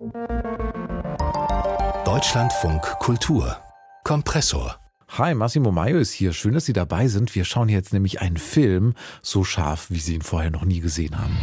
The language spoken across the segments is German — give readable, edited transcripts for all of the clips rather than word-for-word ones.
Deutschlandfunk Kultur Kompressor. Hi, Massimo Maio ist hier. Schön, dass Sie dabei sind. Wir schauen jetzt nämlich einen Film so scharf, wie Sie ihn vorher noch nie gesehen haben.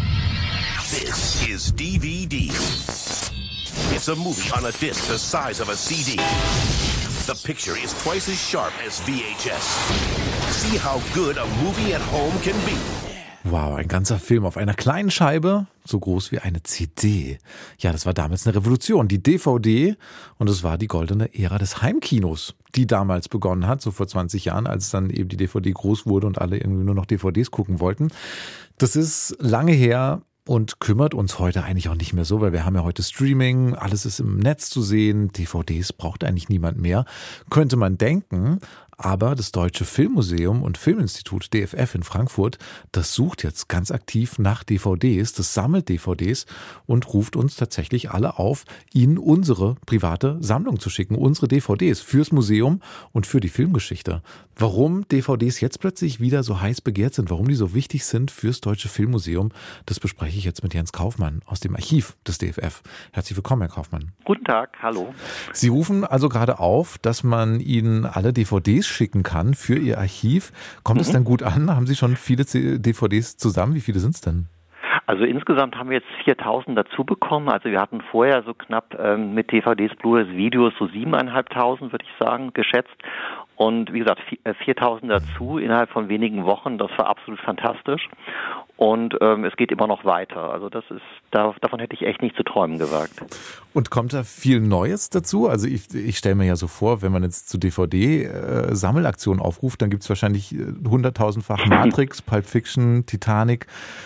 This is DVD. It's a movie on a disc the size of a CD. The picture is twice as sharp as VHS. See how good a movie at home can be. Wow, ein ganzer Film auf einer kleinen Scheibe, so groß wie eine CD. Ja, das war damals eine Revolution, die DVD. Und es war die goldene Ära des Heimkinos, die damals begonnen hat, so vor 20 Jahren, als dann eben die DVD groß wurde und alle irgendwie nur noch DVDs gucken wollten. Das ist lange her und kümmert uns heute eigentlich auch nicht mehr so, weil wir haben ja heute Streaming, alles ist im Netz zu sehen, DVDs braucht eigentlich niemand mehr, könnte man denken. Aber das Deutsche Filmmuseum und Filminstitut DFF in Frankfurt, das sucht jetzt ganz aktiv nach DVDs, das sammelt DVDs und ruft uns tatsächlich alle auf, ihnen unsere private Sammlung zu schicken, unsere DVDs fürs Museum und für die Filmgeschichte. Warum DVDs jetzt plötzlich wieder so heiß begehrt sind, warum die so wichtig sind fürs Deutsche Filmmuseum, das bespreche ich jetzt mit Jens Kaufmann aus dem Archiv des DFF. Herzlich willkommen, Herr Kaufmann. Guten Tag, hallo. Sie rufen also gerade auf, dass man Ihnen alle DVDs schicken kann für Ihr Archiv. Kommt es dann gut an? Haben Sie schon viele DVDs zusammen? Wie viele sind es denn? Also insgesamt haben wir jetzt 4.000 dazu bekommen. Also wir hatten vorher so knapp mit DVDs, Blu-rays, Videos so 7.500, würde ich sagen, geschätzt. Und wie gesagt, 4.000 dazu innerhalb von wenigen Wochen. Das war absolut fantastisch. Und es geht immer noch weiter. Also das ist, davon hätte ich echt nicht zu träumen gewagt. Und kommt da viel Neues dazu? Also ich stelle mir ja so vor, wenn man jetzt zu DVD-Sammelaktionen aufruft, dann gibt es wahrscheinlich 100.000-fach Matrix, Pulp Fiction, Titanic.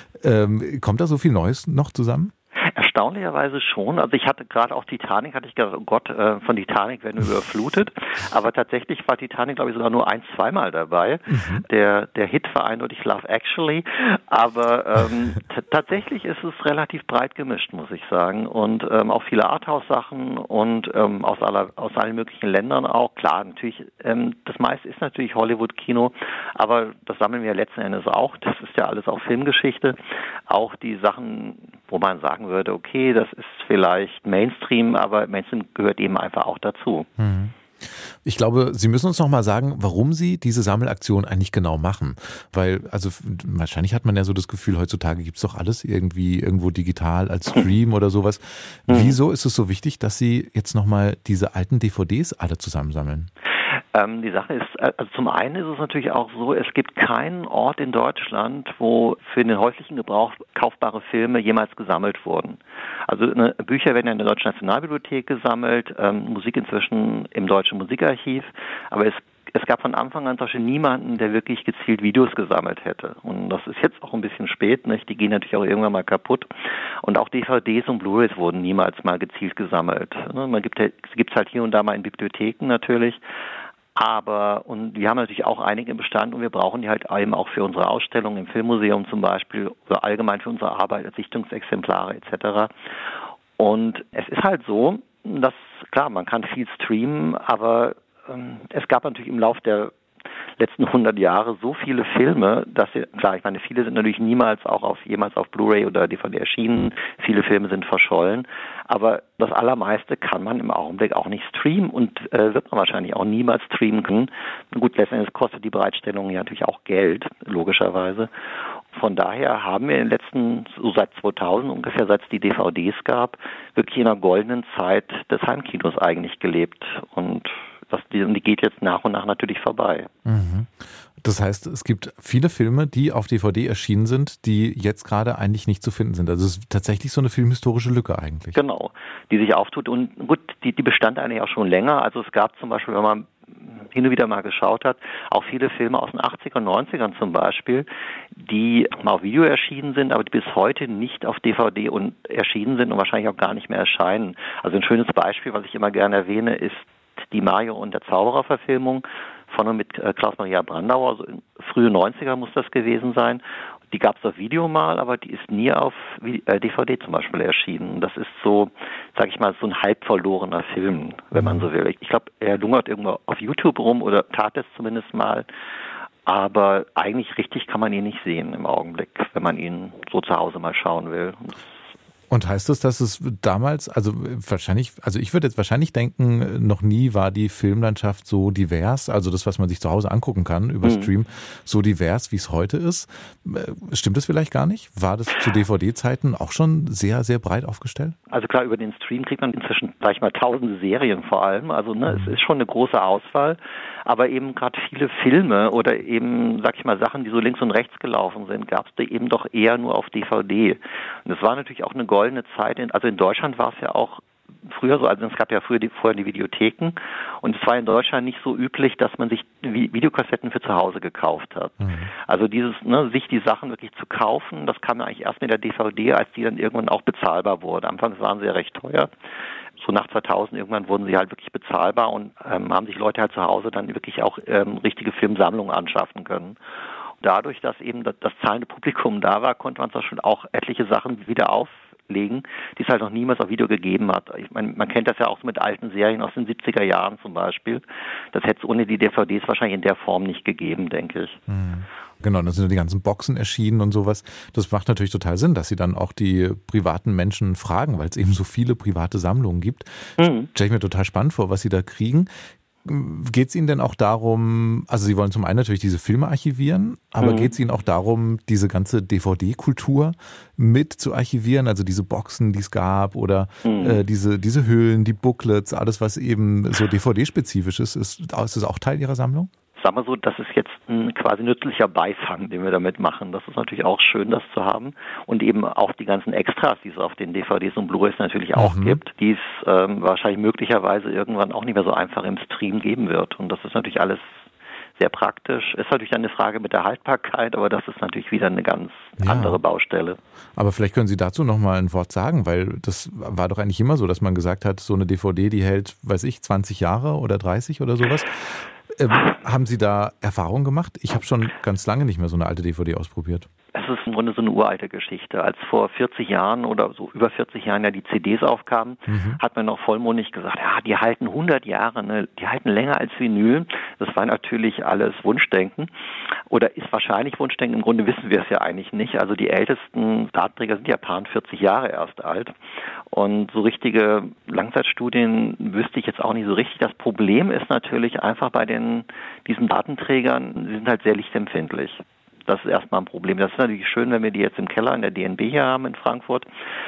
Kommt da so viel Neues noch zusammen? Erstaunlicherweise schon. Also ich hatte gerade auch Titanic, hatte ich gedacht, oh Gott, von Titanic werden wir überflutet. Aber tatsächlich war Titanic, glaube ich, sogar nur zweimal dabei. Der Hit war eindeutig Love Actually. Aber tatsächlich ist es relativ breit gemischt, muss ich sagen. Und auch viele Arthouse-Sachen und aus allen möglichen Ländern auch. Klar, natürlich, das meiste ist natürlich Hollywood-Kino, aber das sammeln wir letzten Endes auch. Das ist ja alles auch Filmgeschichte. Auch die Sachen, wo man sagen würde, okay, das ist vielleicht Mainstream, aber Mainstream gehört eben einfach auch dazu. Ich glaube, Sie müssen uns noch mal sagen, warum Sie diese Sammelaktion eigentlich genau machen. Weil, also wahrscheinlich hat man ja so das Gefühl, heutzutage gibt es doch alles irgendwie irgendwo digital als Stream oder sowas. Wieso ist es so wichtig, dass Sie jetzt noch mal diese alten DVDs alle zusammensammeln? Die Sache ist, also zum einen ist es natürlich auch so, es gibt keinen Ort in Deutschland, wo für den häuslichen Gebrauch kaufbare Filme jemals gesammelt wurden. Also Bücher werden ja in der Deutschen Nationalbibliothek gesammelt, Musik inzwischen im Deutschen Musikarchiv, aber es gab von Anfang an zum Beispiel niemanden, der wirklich gezielt Videos gesammelt hätte. Und das ist jetzt auch ein bisschen spät, nicht? Die gehen natürlich auch irgendwann mal kaputt. Und auch DVDs und Blu-rays wurden niemals mal gezielt gesammelt. Man gibt's halt hier und da mal in Bibliotheken natürlich. Und wir haben natürlich auch einige im Bestand und wir brauchen die halt eben auch für unsere Ausstellungen im Filmmuseum zum Beispiel oder allgemein für unsere Arbeit als Sichtungsexemplare etc. Und es ist halt so, dass, klar, man kann viel streamen, aber es gab natürlich im Laufe der letzten 100 Jahre so viele Filme, dass klar, ich meine, viele sind natürlich jemals auf Blu-ray oder DVD erschienen, viele Filme sind verschollen, aber das Allermeiste kann man im Augenblick auch nicht streamen und wird man wahrscheinlich auch niemals streamen können. Gut, letztendlich kostet die Bereitstellung ja natürlich auch Geld, logischerweise. Von daher haben wir in den letzten, so seit 2000 ungefähr, seit es die DVDs gab, wirklich in einer goldenen Zeit des Heimkinos eigentlich gelebt und die geht jetzt nach und nach natürlich vorbei. Das heißt, es gibt viele Filme, die auf DVD erschienen sind, die jetzt gerade eigentlich nicht zu finden sind. Also es ist tatsächlich so eine filmhistorische Lücke eigentlich. Genau, die sich auftut. Und gut, die bestand eigentlich auch schon länger. Also es gab zum Beispiel, wenn man hin und wieder mal geschaut hat, auch viele Filme aus den 80er und 90ern zum Beispiel, die mal auf Video erschienen sind, aber die bis heute nicht auf DVD erschienen sind und wahrscheinlich auch gar nicht mehr erscheinen. Also ein schönes Beispiel, was ich immer gerne erwähne, ist die Mario und der Zauberer-Verfilmung von und mit Klaus-Maria Brandauer, also frühe 90er muss das gewesen sein. Die gab es auf Video mal, aber die ist nie auf DVD zum Beispiel erschienen. Das ist so, sag ich mal, so ein halb verlorener Film, wenn man so will. Ich glaube, er lungert irgendwo auf YouTube rum oder tat es zumindest mal. Aber eigentlich richtig kann man ihn nicht sehen im Augenblick, wenn man ihn so zu Hause mal schauen will. Und heißt das, dass es damals, also ich würde jetzt wahrscheinlich denken, noch nie war die Filmlandschaft so divers, also das, was man sich zu Hause angucken kann über Stream, so divers, wie es heute ist. Stimmt das vielleicht gar nicht? War das zu DVD-Zeiten auch schon sehr, sehr breit aufgestellt? Also klar, über den Stream kriegt man inzwischen, sag ich mal, tausende Serien vor allem. Also es ist schon eine große Auswahl, aber eben gerade viele Filme oder eben, sag ich mal, Sachen, die so links und rechts gelaufen sind, gab es da eben doch eher nur auf DVD. Und das war natürlich auch eine goldene Zeit. Also in Deutschland war es ja auch früher so, also es gab ja vorher die Videotheken und es war in Deutschland nicht so üblich, dass man sich Videokassetten für zu Hause gekauft hat. Also dieses, sich die Sachen wirklich zu kaufen, das kam ja eigentlich erst mit der DVD, als die dann irgendwann auch bezahlbar wurde. Anfangs waren sie ja recht teuer. So nach 2000 irgendwann wurden sie halt wirklich bezahlbar und haben sich Leute halt zu Hause dann wirklich auch richtige Filmsammlungen anschaffen können. Dadurch, dass eben das zahlende Publikum da war, konnte man zwar schon auch etliche Sachen wieder auflegen, die es halt noch niemals auf Video gegeben hat. Ich meine, man kennt das ja auch so mit alten Serien aus den 70er Jahren zum Beispiel. Das hätte es ohne die DVDs wahrscheinlich in der Form nicht gegeben, denke ich. Genau, dann sind die ganzen Boxen erschienen und sowas. Das macht natürlich total Sinn, dass sie dann auch die privaten Menschen fragen, weil es eben so viele private Sammlungen gibt. Stelle ich mir total spannend vor, was sie da kriegen. Geht es Ihnen denn auch darum, also Sie wollen zum einen natürlich diese Filme archivieren, aber geht es Ihnen auch darum, diese ganze DVD-Kultur mit zu archivieren, also diese Boxen, die es gab oder diese Hüllen, die Booklets, alles was eben so DVD-spezifisch ist das auch Teil Ihrer Sammlung? Sagen wir so, das ist jetzt ein quasi nützlicher Beifang, den wir damit machen. Das ist natürlich auch schön, das zu haben. Und eben auch die ganzen Extras, die es auf den DVDs und Blu-rays natürlich auch gibt, die es wahrscheinlich möglicherweise irgendwann auch nicht mehr so einfach im Stream geben wird. Und das ist natürlich alles sehr praktisch. Ist natürlich eine Frage mit der Haltbarkeit, aber das ist natürlich wieder eine ganz andere Baustelle. Aber vielleicht können Sie dazu noch mal ein Wort sagen, weil das war doch eigentlich immer so, dass man gesagt hat, so eine DVD, die hält, 20 Jahre oder 30 oder sowas. Haben Sie da Erfahrungen gemacht? Ich habe schon ganz lange nicht mehr so eine alte DVD ausprobiert. Es ist im Grunde so eine uralte Geschichte. Als vor 40 Jahren oder so über 40 Jahren ja die CDs aufkamen, hat man noch vollmundig gesagt, ja, die halten 100 Jahre, ne? Die halten länger als Vinyl. Das war natürlich alles Wunschdenken oder ist wahrscheinlich Wunschdenken. Im Grunde wissen wir es ja eigentlich nicht. Also die ältesten Datenträger sind ja 40 Jahre erst alt. Und so richtige Langzeitstudien wüsste ich jetzt auch nicht so richtig. Das Problem ist natürlich einfach bei diesen Datenträgern, sie sind halt sehr lichtempfindlich. Das ist erstmal ein Problem. Das ist natürlich schön, wenn wir die jetzt im Keller in der DNB hier haben in Frankfurt.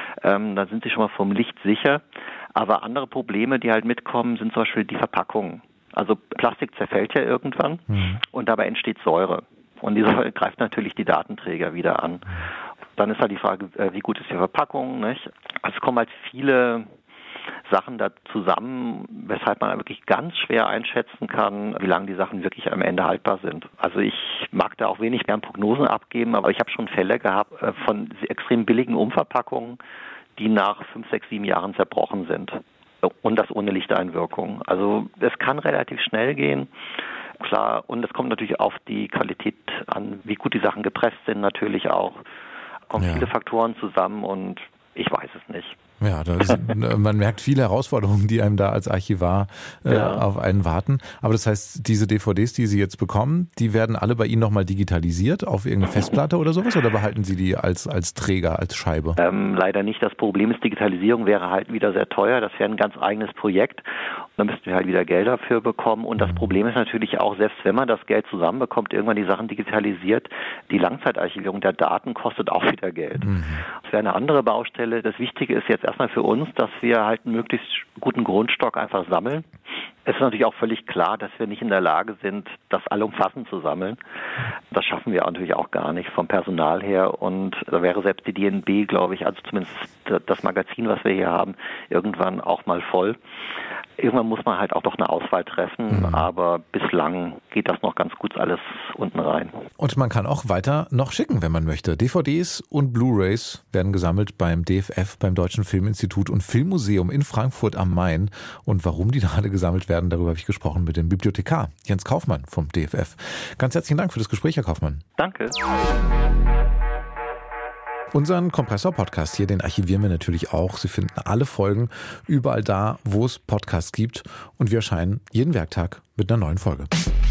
Da sind sie schon mal vom Licht sicher. Aber andere Probleme, die halt mitkommen, sind zum Beispiel die Verpackungen. Also Plastik zerfällt ja irgendwann und dabei entsteht Säure. Und die Säure greift natürlich die Datenträger wieder an. Dann ist halt die Frage, wie gut ist die Verpackung, nicht? Also es kommen halt viele Sachen da zusammen, weshalb man wirklich ganz schwer einschätzen kann, wie lange die Sachen wirklich am Ende haltbar sind. Also ich mag da auch wenig gern Prognosen abgeben, aber ich habe schon Fälle gehabt von extrem billigen Umverpackungen, die nach 5, 6, 7 Jahren zerbrochen sind. Und das ohne Lichteinwirkung. Also es kann relativ schnell gehen. Klar, und es kommt natürlich auf die Qualität an, wie gut die Sachen gepresst sind natürlich auch. Kommen viele Faktoren zusammen und ich weiß es nicht. Ja, man merkt viele Herausforderungen, die einem da als Archivar auf einen warten. Aber das heißt, diese DVDs, die Sie jetzt bekommen, die werden alle bei Ihnen nochmal digitalisiert auf irgendeine Festplatte oder sowas? Oder behalten Sie die als Träger, als Scheibe? Leider nicht. Das Problem ist, Digitalisierung wäre halt wieder sehr teuer. Das wäre ein ganz eigenes Projekt. Und dann müssten wir halt wieder Geld dafür bekommen. Und das Problem ist natürlich auch, selbst wenn man das Geld zusammenbekommt, irgendwann die Sachen digitalisiert, die Langzeitarchivierung der Daten kostet auch wieder Geld. Das wäre eine andere Baustelle. Das Wichtige ist jetzt erstmal für uns, dass wir halt einen möglichst guten Grundstock einfach sammeln. Es ist natürlich auch völlig klar, dass wir nicht in der Lage sind, das allumfassend zu sammeln. Das schaffen wir natürlich auch gar nicht vom Personal her. Und da wäre selbst die DNB, glaube ich, also zumindest das Magazin, was wir hier haben, irgendwann auch mal voll. Irgendwann muss man halt auch doch eine Auswahl treffen, aber bislang geht das noch ganz gut alles unten rein. Und man kann auch weiter noch schicken, wenn man möchte. DVDs und Blu-rays werden gesammelt beim DFF, beim Deutschen Filminstitut und Filmmuseum in Frankfurt am Main. Und warum die da alle gesammelt werden, darüber habe ich gesprochen mit dem Bibliothekar Jens Kaufmann vom DFF. Ganz herzlichen Dank für das Gespräch, Herr Kaufmann. Danke. Unseren Kompressor-Podcast hier, den archivieren wir natürlich auch. Sie finden alle Folgen überall da, wo es Podcasts gibt. Und wir erscheinen jeden Werktag mit einer neuen Folge.